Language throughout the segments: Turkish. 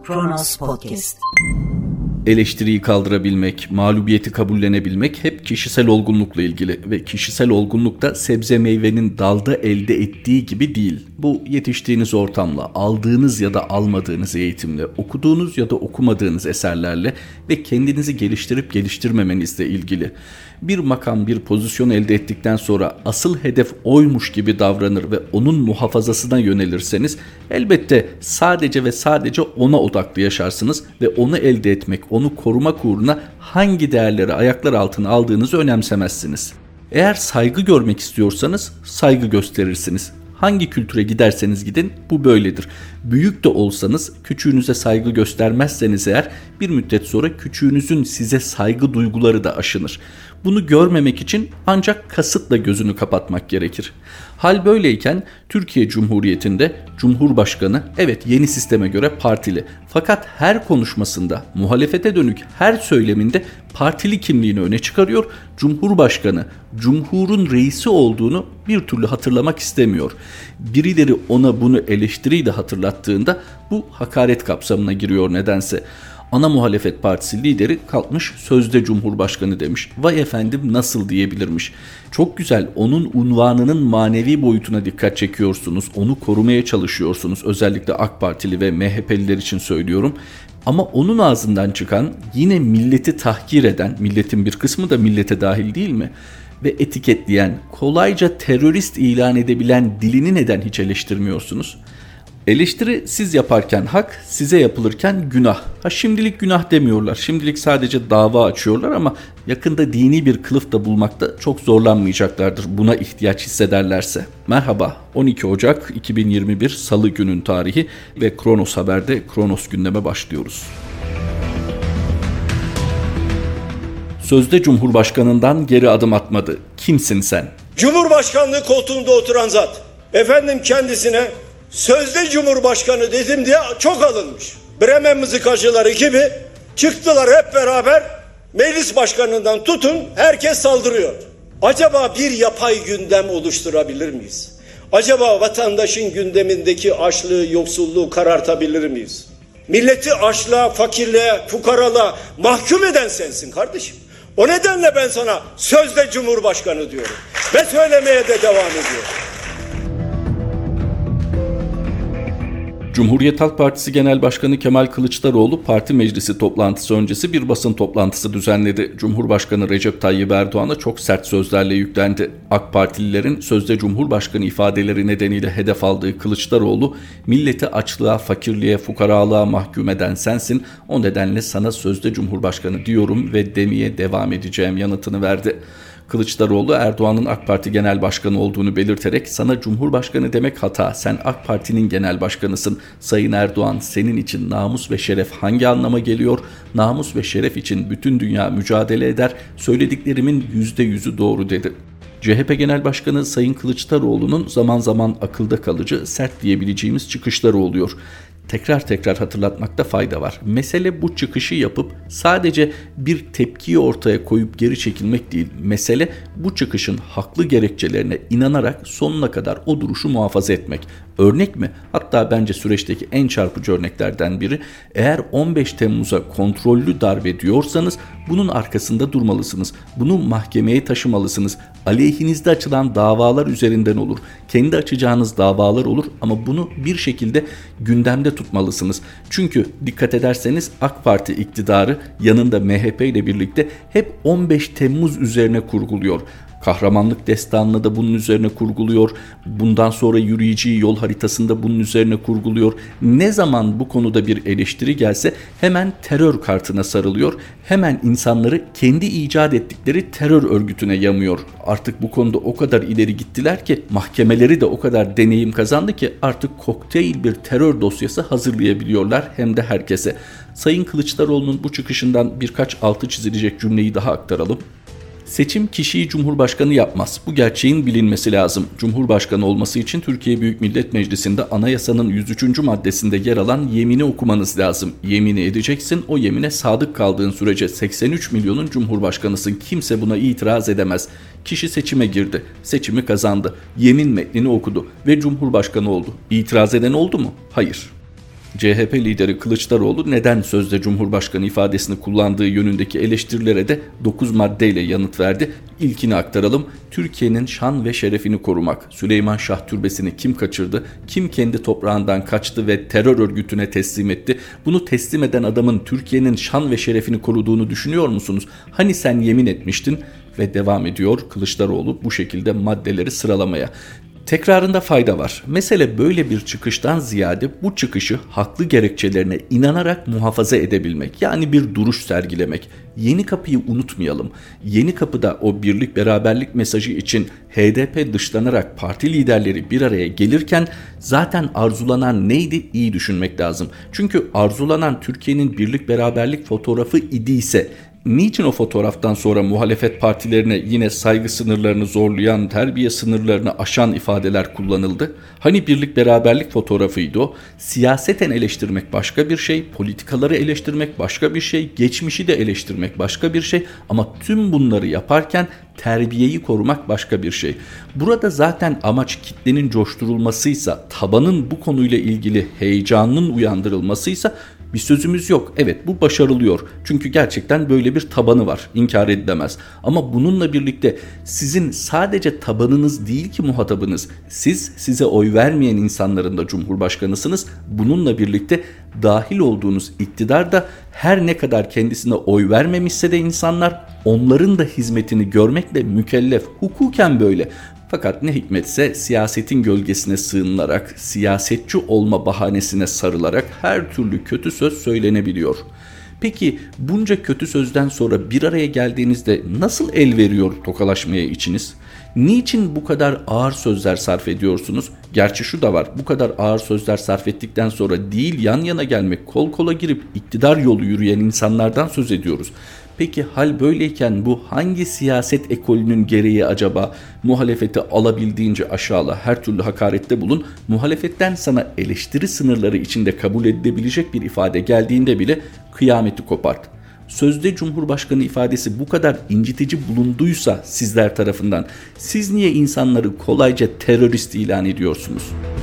Kronos Podcast. Eleştiriyi kaldırabilmek, mağlubiyeti kabullenebilmek hep kişisel olgunlukla ilgili ve kişisel olgunlukta sebze meyvenin dalda elde ettiği gibi değil. Bu yetiştiğiniz ortamla, aldığınız ya da almadığınız eğitimle, okuduğunuz ya da okumadığınız eserlerle ve kendinizi geliştirip geliştirmemenizle ilgili. Bir makam, bir pozisyon elde ettikten sonra asıl hedef oymuş gibi davranır ve onun muhafazasına yönelirseniz elbette sadece ve sadece ona odaklı yaşarsınız ve onu elde etmek, onu korumak uğruna hangi değerleri ayaklar altına aldığınızı önemsemezsiniz. Eğer saygı görmek istiyorsanız saygı gösterirsiniz. Hangi kültüre giderseniz gidin bu böyledir. Büyük de olsanız küçüğünüze saygı göstermezseniz eğer bir müddet sonra küçüğünüzün size saygı duyguları da aşınır. Bunu görmemek için ancak kasıtla gözünü kapatmak gerekir. Hal böyleyken Türkiye Cumhuriyeti'nde Cumhurbaşkanı evet yeni sisteme göre partili. Fakat her konuşmasında, muhalefete dönük her söyleminde partili kimliğini öne çıkarıyor. Cumhurbaşkanı, Cumhur'un reisi olduğunu bir türlü hatırlamak istemiyor. Birileri ona bunu eleştiriyle hatırlattığında bu hakaret kapsamına giriyor nedense. Ana muhalefet partisi lideri kalkmış sözde Cumhurbaşkanı demiş. Vay efendim nasıl diyebilirmiş. Çok güzel, onun unvanının manevi boyutuna dikkat çekiyorsunuz. Onu korumaya çalışıyorsunuz. Özellikle AK Partili ve MHP'liler için söylüyorum. Ama onun ağzından çıkan yine milleti tahkir eden, milletin bir kısmı da millete dahil değil mi? Ve etiketleyen, kolayca terörist ilan edebilen dilini neden hiç eleştirmiyorsunuz? Eleştiri siz yaparken hak, size yapılırken günah. Şimdilik günah demiyorlar. Şimdilik sadece dava açıyorlar ama yakında dini bir kılıf da bulmakta çok zorlanmayacaklardır buna ihtiyaç hissederlerse. Merhaba, 12 Ocak 2021 Salı günün tarihi ve Kronos Haber'de Kronos gündeme başlıyoruz. Sözde Cumhurbaşkanından geri adım atmadı. Kimsin sen? Cumhurbaşkanlığı koltuğunda oturan zat. Efendim kendisine sözde Cumhurbaşkanı dedim diye çok alınmış. Bremen mızıkacıları gibi çıktılar hep beraber, meclis başkanından tutun herkes saldırıyor. Acaba bir yapay gündem oluşturabilir miyiz? Acaba vatandaşın gündemindeki açlığı, yoksulluğu karartabilir miyiz? Milleti açlığa, fakirliğe, fukaralığa mahkum eden sensin kardeşim. O nedenle ben sana sözde Cumhurbaşkanı diyorum ve söylemeye de devam ediyorum. Cumhuriyet Halk Partisi Genel Başkanı Kemal Kılıçdaroğlu parti meclisi toplantısı öncesi bir basın toplantısı düzenledi. Cumhurbaşkanı Recep Tayyip Erdoğan'a çok sert sözlerle yüklendi. AK Partililerin sözde Cumhurbaşkanı ifadeleri nedeniyle hedef aldığı Kılıçdaroğlu, milleti açlığa, fakirliğe, fukaralığa mahkum eden sensin, o nedenle sana sözde Cumhurbaşkanı diyorum ve demeye devam edeceğim yanıtını verdi. Kılıçdaroğlu Erdoğan'ın AK Parti Genel Başkanı olduğunu belirterek sana Cumhurbaşkanı demek hata, sen AK Parti'nin genel başkanısın. Sayın Erdoğan, senin için namus ve şeref hangi anlama geliyor? Namus ve şeref için bütün dünya mücadele eder, söylediklerimin %100'ü doğru dedi. CHP Genel Başkanı Sayın Kılıçdaroğlu'nun zaman zaman akılda kalıcı, sert diyebileceğimiz çıkışları oluyor. Tekrar hatırlatmakta fayda var. Mesele bu çıkışı yapıp sadece bir tepkiyi ortaya koyup geri çekilmek değil. Mesele bu çıkışın haklı gerekçelerine inanarak sonuna kadar o duruşu muhafaza etmek. Örnek mi? Hatta bence süreçteki en çarpıcı örneklerden biri. Eğer 15 Temmuz'a kontrollü darbe diyorsanız bunun arkasında durmalısınız. Bunu mahkemeye taşımalısınız. Aleyhinizde açılan davalar üzerinden olur. Kendi açacağınız davalar olur ama bunu bir şekilde gündemde tutmalısınız. Çünkü dikkat ederseniz AK Parti iktidarı yanında MHP ile birlikte hep 15 Temmuz üzerine kurguluyor. Kahramanlık destanını da bunun üzerine kurguluyor. Bundan sonra yürüyeceği yol haritasında bunun üzerine kurguluyor. Ne zaman bu konuda bir eleştiri gelse hemen terör kartına sarılıyor. Hemen insanları kendi icat ettikleri terör örgütüne yamıyor. Artık bu konuda o kadar ileri gittiler ki mahkemeleri de o kadar deneyim kazandı ki artık kokteyl bir terör dosyası hazırlayabiliyorlar hem de herkese. Sayın Kılıçdaroğlu'nun bu çıkışından birkaç altı çizilecek cümleyi daha aktaralım. Seçim kişiyi Cumhurbaşkanı yapmaz. Bu gerçeğin bilinmesi lazım. Cumhurbaşkanı olması için Türkiye Büyük Millet Meclisi'nde anayasanın 103. maddesinde yer alan yemini okumanız lazım. Yemini edeceksin, o yemine sadık kaldığın sürece 83 milyonun Cumhurbaşkanısın. Kimse buna itiraz edemez. Kişi seçime girdi, seçimi kazandı, yemin metnini okudu ve Cumhurbaşkanı oldu. İtiraz eden oldu mu? Hayır. CHP lideri Kılıçdaroğlu neden sözde Cumhurbaşkanı ifadesini kullandığı yönündeki eleştirilere de 9 maddeyle yanıt verdi. İlkini aktaralım. Türkiye'nin şan ve şerefini korumak. Süleyman Şah Türbesi'ni kim kaçırdı? Kim kendi toprağından kaçtı ve terör örgütüne teslim etti? Bunu teslim eden adamın Türkiye'nin şan ve şerefini koruduğunu düşünüyor musunuz? Hani sen yemin etmiştin? Ve devam ediyor Kılıçdaroğlu bu şekilde maddeleri sıralamaya. Tekrarında fayda var. Mesele böyle bir çıkıştan ziyade bu çıkışı haklı gerekçelerine inanarak muhafaza edebilmek. Yani bir duruş sergilemek. Yeni Kapı'yı unutmayalım. Yeni Kapı'da o birlik beraberlik mesajı için HDP dışlanarak parti liderleri bir araya gelirken zaten arzulanan neydi? İyi düşünmek lazım. Çünkü arzulanan Türkiye'nin birlik beraberlik fotoğrafı idiyse niçin o fotoğraftan sonra muhalefet partilerine yine saygı sınırlarını zorlayan, terbiye sınırlarını aşan ifadeler kullanıldı? Hani birlik beraberlik fotoğrafıydı o? Siyaseten eleştirmek başka bir şey, politikaları eleştirmek başka bir şey, geçmişi de eleştirmek başka bir şey ama tüm bunları yaparken terbiyeyi korumak başka bir şey. Burada zaten amaç kitlenin coşturulmasıysa, tabanın bu konuyla ilgili heyecanının uyandırılmasıysa bir sözümüz yok. Evet, bu başarılıyor. Çünkü gerçekten böyle bir tabanı var. İnkar edilemez. Ama bununla birlikte sizin sadece tabanınız değil ki muhatabınız. Siz size oy vermeyen insanların da cumhurbaşkanısınız. Bununla birlikte dahil olduğunuz iktidar da her ne kadar kendisine oy vermemişse de insanlar onların da hizmetini görmekle mükellef. Hukuken böyle. Fakat ne hikmetse siyasetin gölgesine sığınılarak, siyasetçi olma bahanesine sarılarak her türlü kötü söz söylenebiliyor. Peki bunca kötü sözden sonra bir araya geldiğinizde nasıl el veriyor tokalaşmaya içiniz? Niçin bu kadar ağır sözler sarf ediyorsunuz? Gerçi şu da var, bu kadar ağır sözler sarf ettikten sonra değil yan yana gelmek, kol kola girip iktidar yolu yürüyen insanlardan söz ediyoruz. Peki hal böyleyken bu hangi siyaset ekolünün gereği acaba? Muhalefeti alabildiğince aşağıla, her türlü hakarette bulun. Muhalefetten sana eleştiri sınırları içinde kabul edilebilecek bir ifade geldiğinde bile kıyameti kopart. Sözde Cumhurbaşkanı ifadesi bu kadar incitici bulunduysa sizler tarafından, siz niye insanları kolayca terörist ilan ediyorsunuz?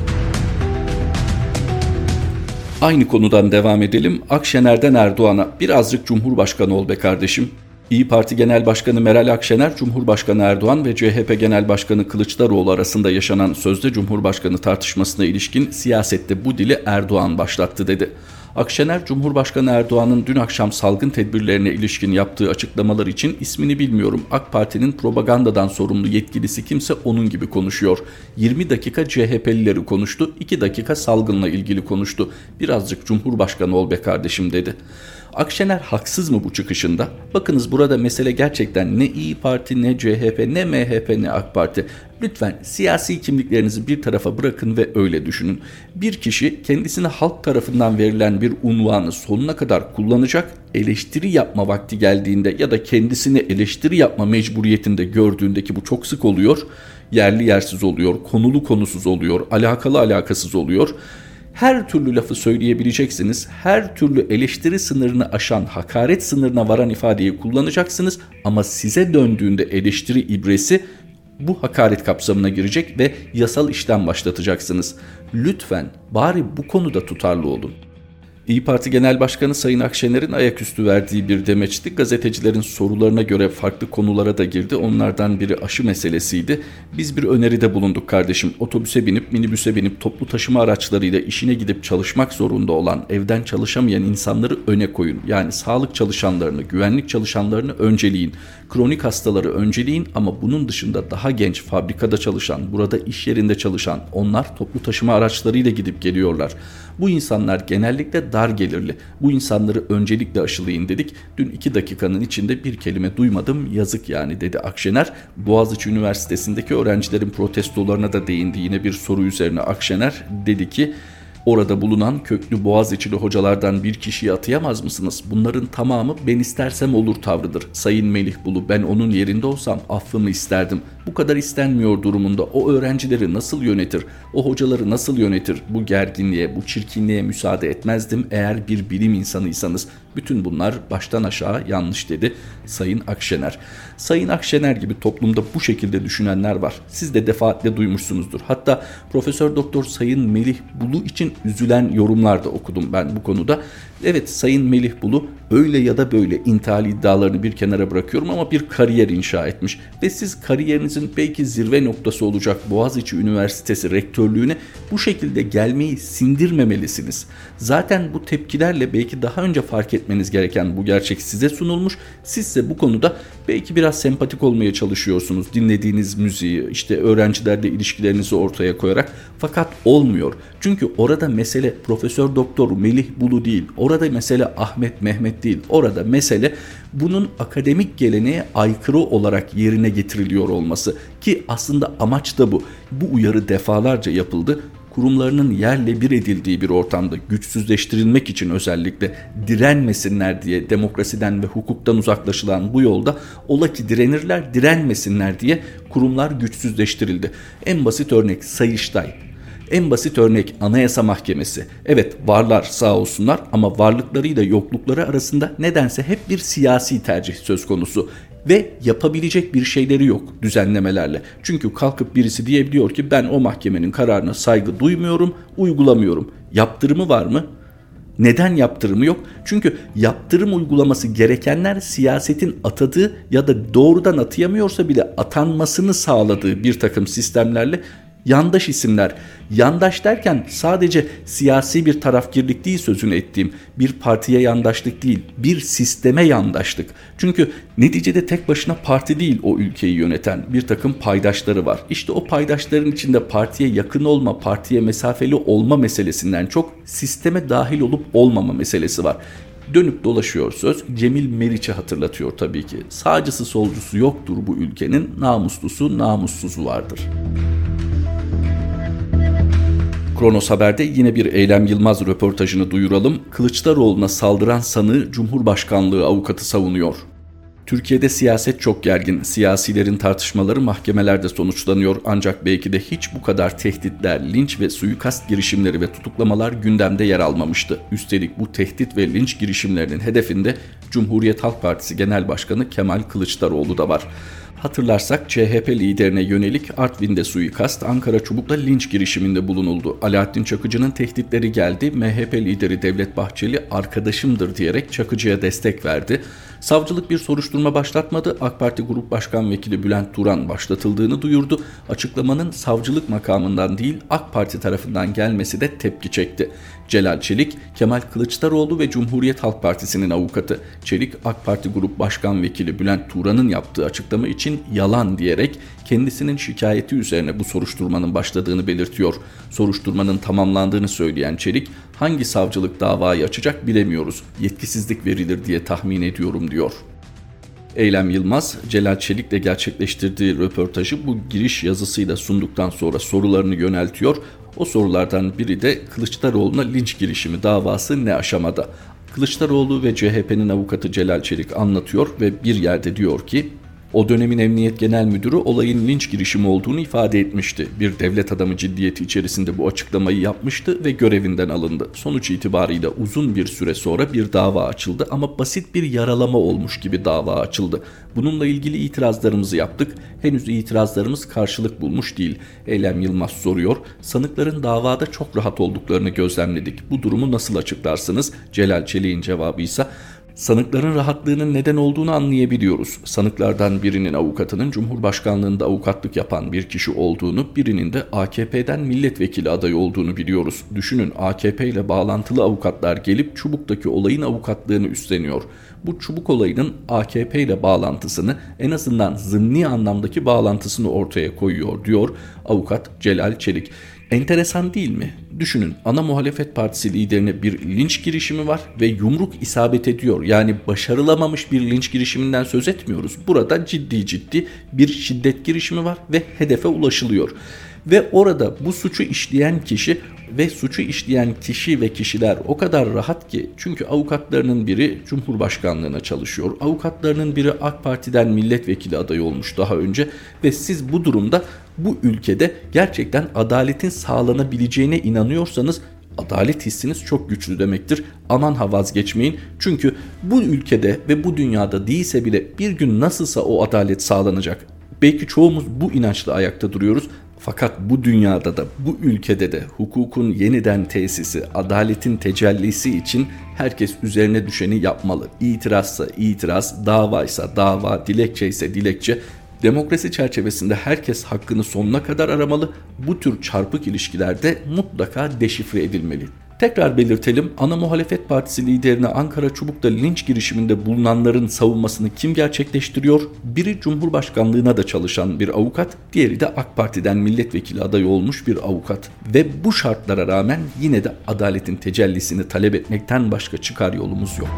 Aynı konudan devam edelim. Akşener'den Erdoğan'a birazcık Cumhurbaşkanı ol be kardeşim. İYİ Parti Genel Başkanı Meral Akşener, Cumhurbaşkanı Erdoğan ve CHP Genel Başkanı Kılıçdaroğlu arasında yaşanan sözde Cumhurbaşkanı tartışmasına ilişkin siyasette bu dili Erdoğan başlattı dedi. Akşener, Cumhurbaşkanı Erdoğan'ın dün akşam salgın tedbirlerine ilişkin yaptığı açıklamalar için ismini bilmiyorum. AK Parti'nin propagandadan sorumlu yetkilisi kimse onun gibi konuşuyor. 20 dakika CHP'lileri konuştu, 2 dakika salgınla ilgili konuştu. Birazcık Cumhurbaşkanı ol be kardeşim dedi. Akşener haksız mı bu çıkışında? Bakınız burada mesele gerçekten ne İYİ Parti, ne CHP, ne MHP, ne AK Parti. Lütfen siyasi kimliklerinizi bir tarafa bırakın ve öyle düşünün. Bir kişi kendisine halk tarafından verilen bir unvanı sonuna kadar kullanacak, eleştiri yapma vakti geldiğinde ya da kendisini eleştiri yapma mecburiyetinde gördüğünde ki bu çok sık oluyor, yerli yersiz oluyor, konulu konusuz oluyor, alakalı alakasız oluyor. Her türlü lafı söyleyebileceksiniz, her türlü eleştiri sınırını aşan, hakaret sınırına varan ifadeyi kullanacaksınız ama size döndüğünde eleştiri ibresi bu hakaret kapsamına girecek ve yasal işlem başlatacaksınız. Lütfen bari bu konuda tutarlı olun. İYİ Parti Genel Başkanı Sayın Akşener'in ayaküstü verdiği bir demeçti. Gazetecilerin sorularına göre farklı konulara da girdi. Onlardan biri aşı meselesiydi. Biz bir öneride bulunduk kardeşim. Otobüse binip, minibüse binip, toplu taşıma araçlarıyla işine gidip çalışmak zorunda olan, evden çalışamayan insanları öne koyun. Yani sağlık çalışanlarını, güvenlik çalışanlarını önceleyin. Kronik hastaları önceleyin ama bunun dışında daha genç, fabrikada çalışan, burada iş yerinde çalışan, onlar toplu taşıma araçlarıyla gidip geliyorlar. Bu insanlar genellikle dar gelirli. Bu insanları öncelikle aşılayın dedik. Dün 2 dakikanın içinde bir kelime duymadım. Yazık yani dedi Akşener. Boğaziçi Üniversitesi'ndeki öğrencilerin protestolarına da değindi. Yine bir soru üzerine Akşener dedi ki orada bulunan köklü Boğaziçi'li hocalardan bir kişiyi atayamaz mısınız? Bunların tamamı ben istersem olur tavrıdır. Sayın Melih Bulu, ben onun yerinde olsam affımı isterdim. Bu kadar istenmiyor durumunda o öğrencileri nasıl yönetir? O hocaları nasıl yönetir? Bu gerginliğe, bu çirkinliğe müsaade etmezdim eğer bir bilim insanıysanız. Bütün bunlar baştan aşağı yanlış dedi Sayın Akşener. Sayın Akşener gibi toplumda bu şekilde düşünenler var. Siz de defaatle duymuşsunuzdur. Hatta Profesör Doktor Sayın Melih Bulu için üzülen yorumlar da okudum ben bu konuda. Evet, Sayın Melih Bulu öyle ya da böyle, intihal iddialarını bir kenara bırakıyorum ama bir kariyer inşa etmiş. Ve siz kariyerinizin belki zirve noktası olacak Boğaziçi Üniversitesi rektörlüğüne bu şekilde gelmeyi sindirmemelisiniz. Zaten bu tepkilerle belki daha önce fark etmeniz gereken bu gerçek size sunulmuş. Siz de bu konuda belki biraz sempatik olmaya çalışıyorsunuz. Dinlediğiniz müziği, işte öğrencilerle ilişkilerinizi ortaya koyarak, fakat olmuyor. Çünkü orada mesele Profesör Doktor Melih Bulu değil. Orada mesele Ahmet Mehmet değil. Orada mesele bunun akademik geleneğe aykırı olarak yerine getiriliyor olması, ki aslında amaç da bu. Bu uyarı defalarca yapıldı. Kurumlarının yerle bir edildiği bir ortamda güçsüzleştirilmek için özellikle direnmesinler diye demokrasiden ve hukuktan uzaklaşılan bu yolda ola ki direnirler, direnmesinler diye kurumlar güçsüzleştirildi. En basit örnek Sayıştay. En basit örnek Anayasa Mahkemesi. Evet, varlar sağ olsunlar ama varlıklarıyla yoklukları arasında nedense hep bir siyasi tercih söz konusu. Ve yapabilecek bir şeyleri yok düzenlemelerle. Çünkü kalkıp birisi diyebiliyor ki ben o mahkemenin kararına saygı duymuyorum, uygulamıyorum. Yaptırımı var mı? Neden yaptırımı yok? Çünkü yaptırım uygulaması gerekenler siyasetin atadığı ya da doğrudan atayamıyorsa bile atanmasını sağladığı bir takım sistemlerle yandaş isimler. Yandaş derken sadece siyasi bir tarafgirlik değil sözünü ettiğim, bir partiye yandaşlık değil, bir sisteme yandaşlık. Çünkü neticede tek başına parti değil o ülkeyi yöneten, bir takım paydaşları var. İşte o paydaşların içinde partiye yakın olma, partiye mesafeli olma meselesinden çok sisteme dahil olup olmama meselesi var. Dönüp dolaşıyor söz, Cemil Meriç'i hatırlatıyor tabii ki. Sağcısı solcusu yoktur bu ülkenin, namuslusu namussuzu vardır. Kronos Haber'de yine bir Eylem Yılmaz röportajını duyuralım. Kılıçdaroğlu'na saldıran sanığı Cumhurbaşkanlığı avukatı savunuyor. Türkiye'de siyaset çok gergin. Siyasilerin tartışmaları mahkemelerde sonuçlanıyor. Ancak belki de hiç bu kadar tehditler, linç ve suikast girişimleri ve tutuklamalar gündemde yer almamıştı. Üstelik bu tehdit ve linç girişimlerinin hedefinde Cumhuriyet Halk Partisi Genel Başkanı Kemal Kılıçdaroğlu da var. Hatırlarsak CHP liderine yönelik Artvin'de suikast, Ankara Çubuk'ta linç girişiminde bulunuldu. Alaaddin Çakıcı'nın tehditleri geldi. MHP lideri Devlet Bahçeli arkadaşımdır diyerek Çakıcı'ya destek verdi. Savcılık bir soruşturma başlatmadı. AK Parti Grup Başkan Vekili Bülent Turan başlatıldığını duyurdu. Açıklamanın savcılık makamından değil AK Parti tarafından gelmesi de tepki çekti. Celal Çelik, Kemal Kılıçdaroğlu ve Cumhuriyet Halk Partisi'nin avukatı. Çelik, AK Parti Grup Başkan Vekili Bülent Turan'ın yaptığı açıklama için yalan diyerek kendisinin şikayeti üzerine bu soruşturmanın başladığını belirtiyor. Soruşturmanın tamamlandığını söyleyen Çelik, hangi savcılık davayı açacak bilemiyoruz, yetkisizlik verilir diye tahmin ediyorum diyor. Eylem Yılmaz, Celal Çelik'le gerçekleştirdiği röportajı bu giriş yazısıyla sunduktan sonra sorularını yöneltiyor. O sorulardan biri de Kılıçdaroğlu'na linç girişimi davası ne aşamada? Kılıçdaroğlu ve CHP'nin avukatı Celal Çelik anlatıyor ve bir yerde diyor ki, o dönemin Emniyet Genel Müdürü olayın linç girişimi olduğunu ifade etmişti. Bir devlet adamı ciddiyeti içerisinde bu açıklamayı yapmıştı ve görevinden alındı. Sonuç itibarıyla uzun bir süre sonra bir dava açıldı ama basit bir yaralama olmuş gibi dava açıldı. Bununla ilgili itirazlarımızı yaptık. Henüz itirazlarımız karşılık bulmuş değil. Eylem Yılmaz soruyor. Sanıkların davada çok rahat olduklarını gözlemledik. Bu durumu nasıl açıklarsınız? Celal Çelik'in cevabı ise, sanıkların rahatlığının neden olduğunu anlayabiliyoruz. Sanıklardan birinin avukatının Cumhurbaşkanlığında avukatlık yapan bir kişi olduğunu, birinin de AKP'den milletvekili adayı olduğunu biliyoruz. Düşünün, AKP ile bağlantılı avukatlar gelip Çubuk'taki olayın avukatlığını üstleniyor. Bu Çubuk olayının AKP ile bağlantısını, en azından zımni anlamdaki bağlantısını ortaya koyuyor diyor avukat Celal Çelik. Enteresan değil mi? Düşünün, ana muhalefet partisi liderine bir linç girişimi var ve yumruk isabet ediyor. Yani başarılamamış bir linç girişiminden söz etmiyoruz. Burada ciddi bir şiddet girişimi var ve hedefe ulaşılıyor. Ve orada bu suçu işleyen kişi ve kişiler o kadar rahat ki, çünkü avukatlarının biri Cumhurbaşkanlığına çalışıyor. Avukatlarının biri AK Parti'den milletvekili adayı olmuş daha önce ve siz bu durumda bu ülkede gerçekten adaletin sağlanabileceğine inanıyorsanız adalet hissiniz çok güçlü demektir. Aman ha vazgeçmeyin. Çünkü bu ülkede ve bu dünyada değilse bile bir gün nasılsa o adalet sağlanacak. Belki çoğumuz bu inançla ayakta duruyoruz. Fakat bu dünyada da, bu ülkede de hukukun yeniden tesisi, adaletin tecellisi için herkes üzerine düşeni yapmalı. İtirazsa itiraz, davaysa dava, dilekçe ise dilekçe. Demokrasi çerçevesinde herkes hakkını sonuna kadar aramalı. Bu tür çarpık ilişkilerde mutlaka deşifre edilmeli. Tekrar belirtelim, ana muhalefet partisi liderine Ankara Çubuk'ta linç girişiminde bulunanların savunmasını kim gerçekleştiriyor? Biri Cumhurbaşkanlığına da çalışan bir avukat, diğeri de AK Parti'den milletvekili adayı olmuş bir avukat. Ve bu şartlara rağmen yine de adaletin tecellisini talep etmekten başka çıkar yolumuz yok.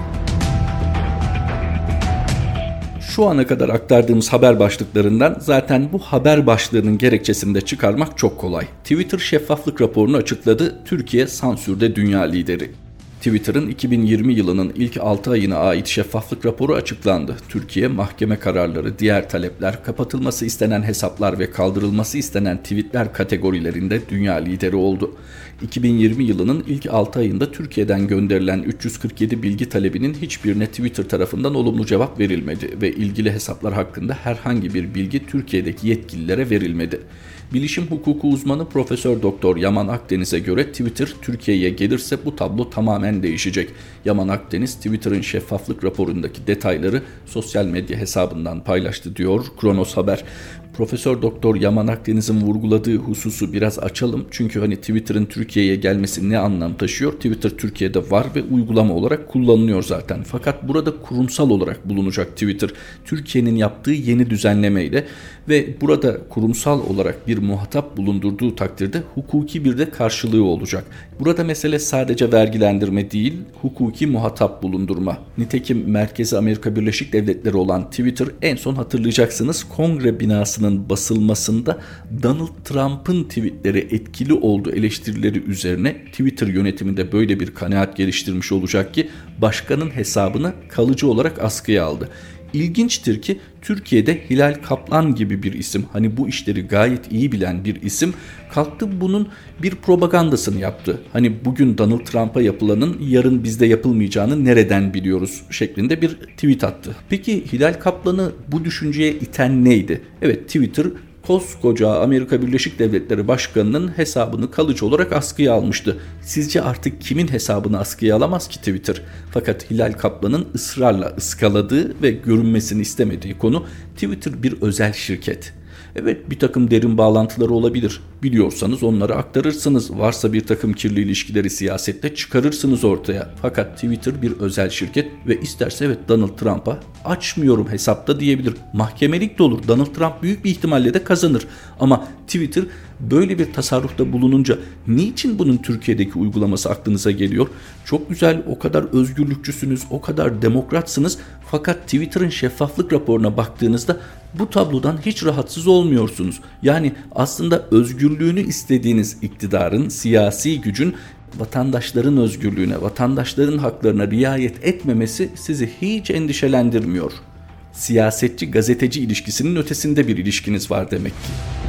Şu ana kadar aktardığımız haber başlıklarından zaten bu haber başlığının gerekçesini de çıkarmak çok kolay. Twitter şeffaflık raporunu açıkladı. Türkiye sansürde dünya lideri. Twitter'ın 2020 yılının ilk 6 ayına ait şeffaflık raporu açıklandı. Türkiye mahkeme kararları, diğer talepler, kapatılması istenen hesaplar ve kaldırılması istenen tweetler kategorilerinde dünya lideri oldu. 2020 yılının ilk 6 ayında Türkiye'den gönderilen 347 bilgi talebinin hiçbirine Twitter tarafından olumlu cevap verilmedi ve ilgili hesaplar hakkında herhangi bir bilgi Türkiye'deki yetkililere verilmedi. Bilişim hukuku uzmanı Profesör Doktor Yaman Akdeniz'e göre Twitter Türkiye'ye gelirse bu tablo tamamen değişecek. Yaman Akdeniz Twitter'ın şeffaflık raporundaki detayları sosyal medya hesabından paylaştı diyor Kronos Haber. Profesör Doktor Yaman Akdeniz'in vurguladığı hususu biraz açalım. Çünkü Twitter'ın Türkiye'ye gelmesi ne anlam taşıyor? Twitter Türkiye'de var ve uygulama olarak kullanılıyor zaten. Fakat burada kurumsal olarak bulunacak Twitter. Türkiye'nin yaptığı yeni düzenlemeyle ve burada kurumsal olarak bir muhatap bulundurduğu takdirde hukuki bir de karşılığı olacak. Burada mesele sadece vergilendirme değil, hukuki muhatap bulundurma. Nitekim merkezi Amerika Birleşik Devletleri olan Twitter en son hatırlayacaksınız Kongre binasının basılmasında Donald Trump'ın tweetleri etkili olduğu eleştirileri üzerine Twitter yönetiminde böyle bir kanaat geliştirmiş olacak ki başkanın hesabını kalıcı olarak askıya aldı. İlginçtir ki Türkiye'de Hilal Kaplan gibi bir isim, bu işleri gayet iyi bilen bir isim kalktı bunun bir propagandasını yaptı. Bugün Donald Trump'a yapılanın yarın bizde yapılmayacağını nereden biliyoruz şeklinde bir tweet attı. Peki Hilal Kaplan'ı bu düşünceye iten neydi? Evet, Twitter koskoca Amerika Birleşik Devletleri Başkanı'nın hesabını kalıcı olarak askıya almıştı. Sizce artık kimin hesabını askıya alamaz ki Twitter? Fakat Hilal Kaplan'ın ısrarla ıskaladığı ve görünmesini istemediği konu Twitter bir özel şirket. Evet, bir takım derin bağlantıları olabilir. Biliyorsanız onları aktarırsınız. Varsa bir takım kirli ilişkileri siyasette çıkarırsınız ortaya. Fakat Twitter bir özel şirket ve isterse Donald Trump'a açmıyorum hesapta diyebilir. Mahkemelik de olur. Donald Trump büyük bir ihtimalle de kazanır. Ama Twitter böyle bir tasarrufta bulununca niçin bunun Türkiye'deki uygulaması aklınıza geliyor? Çok güzel, o kadar özgürlükçüsünüz, o kadar demokratsınız. Fakat Twitter'ın şeffaflık raporuna baktığınızda bu tablodan hiç rahatsız olmuyorsunuz. Yani aslında özgürlüğünü istediğiniz iktidarın, siyasi gücün vatandaşların özgürlüğüne, vatandaşların haklarına riayet etmemesi sizi hiç endişelendirmiyor. Siyasetçi-gazeteci ilişkisinin ötesinde bir ilişkiniz var demek ki.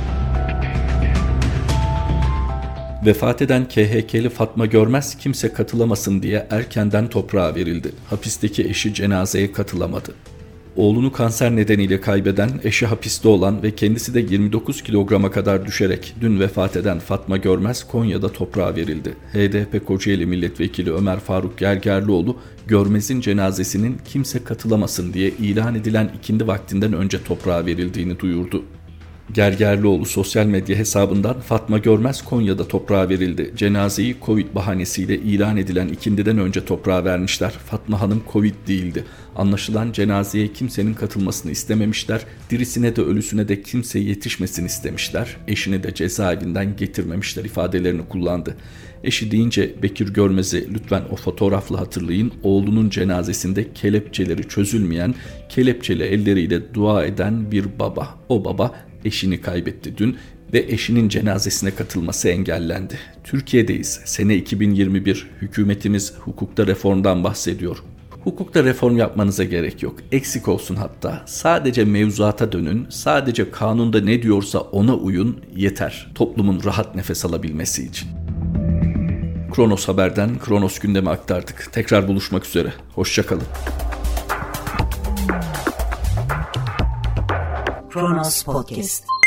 Vefat eden KHK'li Fatma Görmez kimse katılamasın diye erkenden toprağa verildi. Hapisteki eşi cenazeye katılamadı. Oğlunu kanser nedeniyle kaybeden, eşi hapiste olan ve kendisi de 29 kilograma kadar düşerek dün vefat eden Fatma Görmez Konya'da toprağa verildi. HDP Kocaeli Milletvekili Ömer Faruk Gergerlioğlu, Görmez'in cenazesinin kimse katılamasın diye ilan edilen ikindi vaktinden önce toprağa verildiğini duyurdu. Gergerlioğlu sosyal medya hesabından Fatma Görmez Konya'da toprağa verildi. Cenazeyi Covid bahanesiyle ilan edilen ikindiden önce toprağa vermişler. Fatma Hanım Covid değildi. Anlaşılan cenazeye kimsenin katılmasını istememişler. Dirisine de ölüsüne de kimse yetişmesini istemişler. Eşini de cezaevinden getirmemişler ifadelerini kullandı. Eşi deyince Bekir Görmez'i lütfen o fotoğrafla hatırlayın. Oğlunun cenazesinde kelepçeleri çözülmeyen, kelepçeli elleriyle dua eden bir baba. O baba eşini kaybetti dün ve eşinin cenazesine katılması engellendi. Türkiye'deyiz. Sene 2021. Hükümetimiz hukukta reformdan bahsediyor. Hukukta reform yapmanıza gerek yok. Eksik olsun hatta. Sadece mevzuata dönün. Sadece kanunda ne diyorsa ona uyun. Yeter. Toplumun rahat nefes alabilmesi için. Kronos Haber'den Kronos gündemi aktardık. Tekrar buluşmak üzere. Hoşça kalın. Kronos Podcast.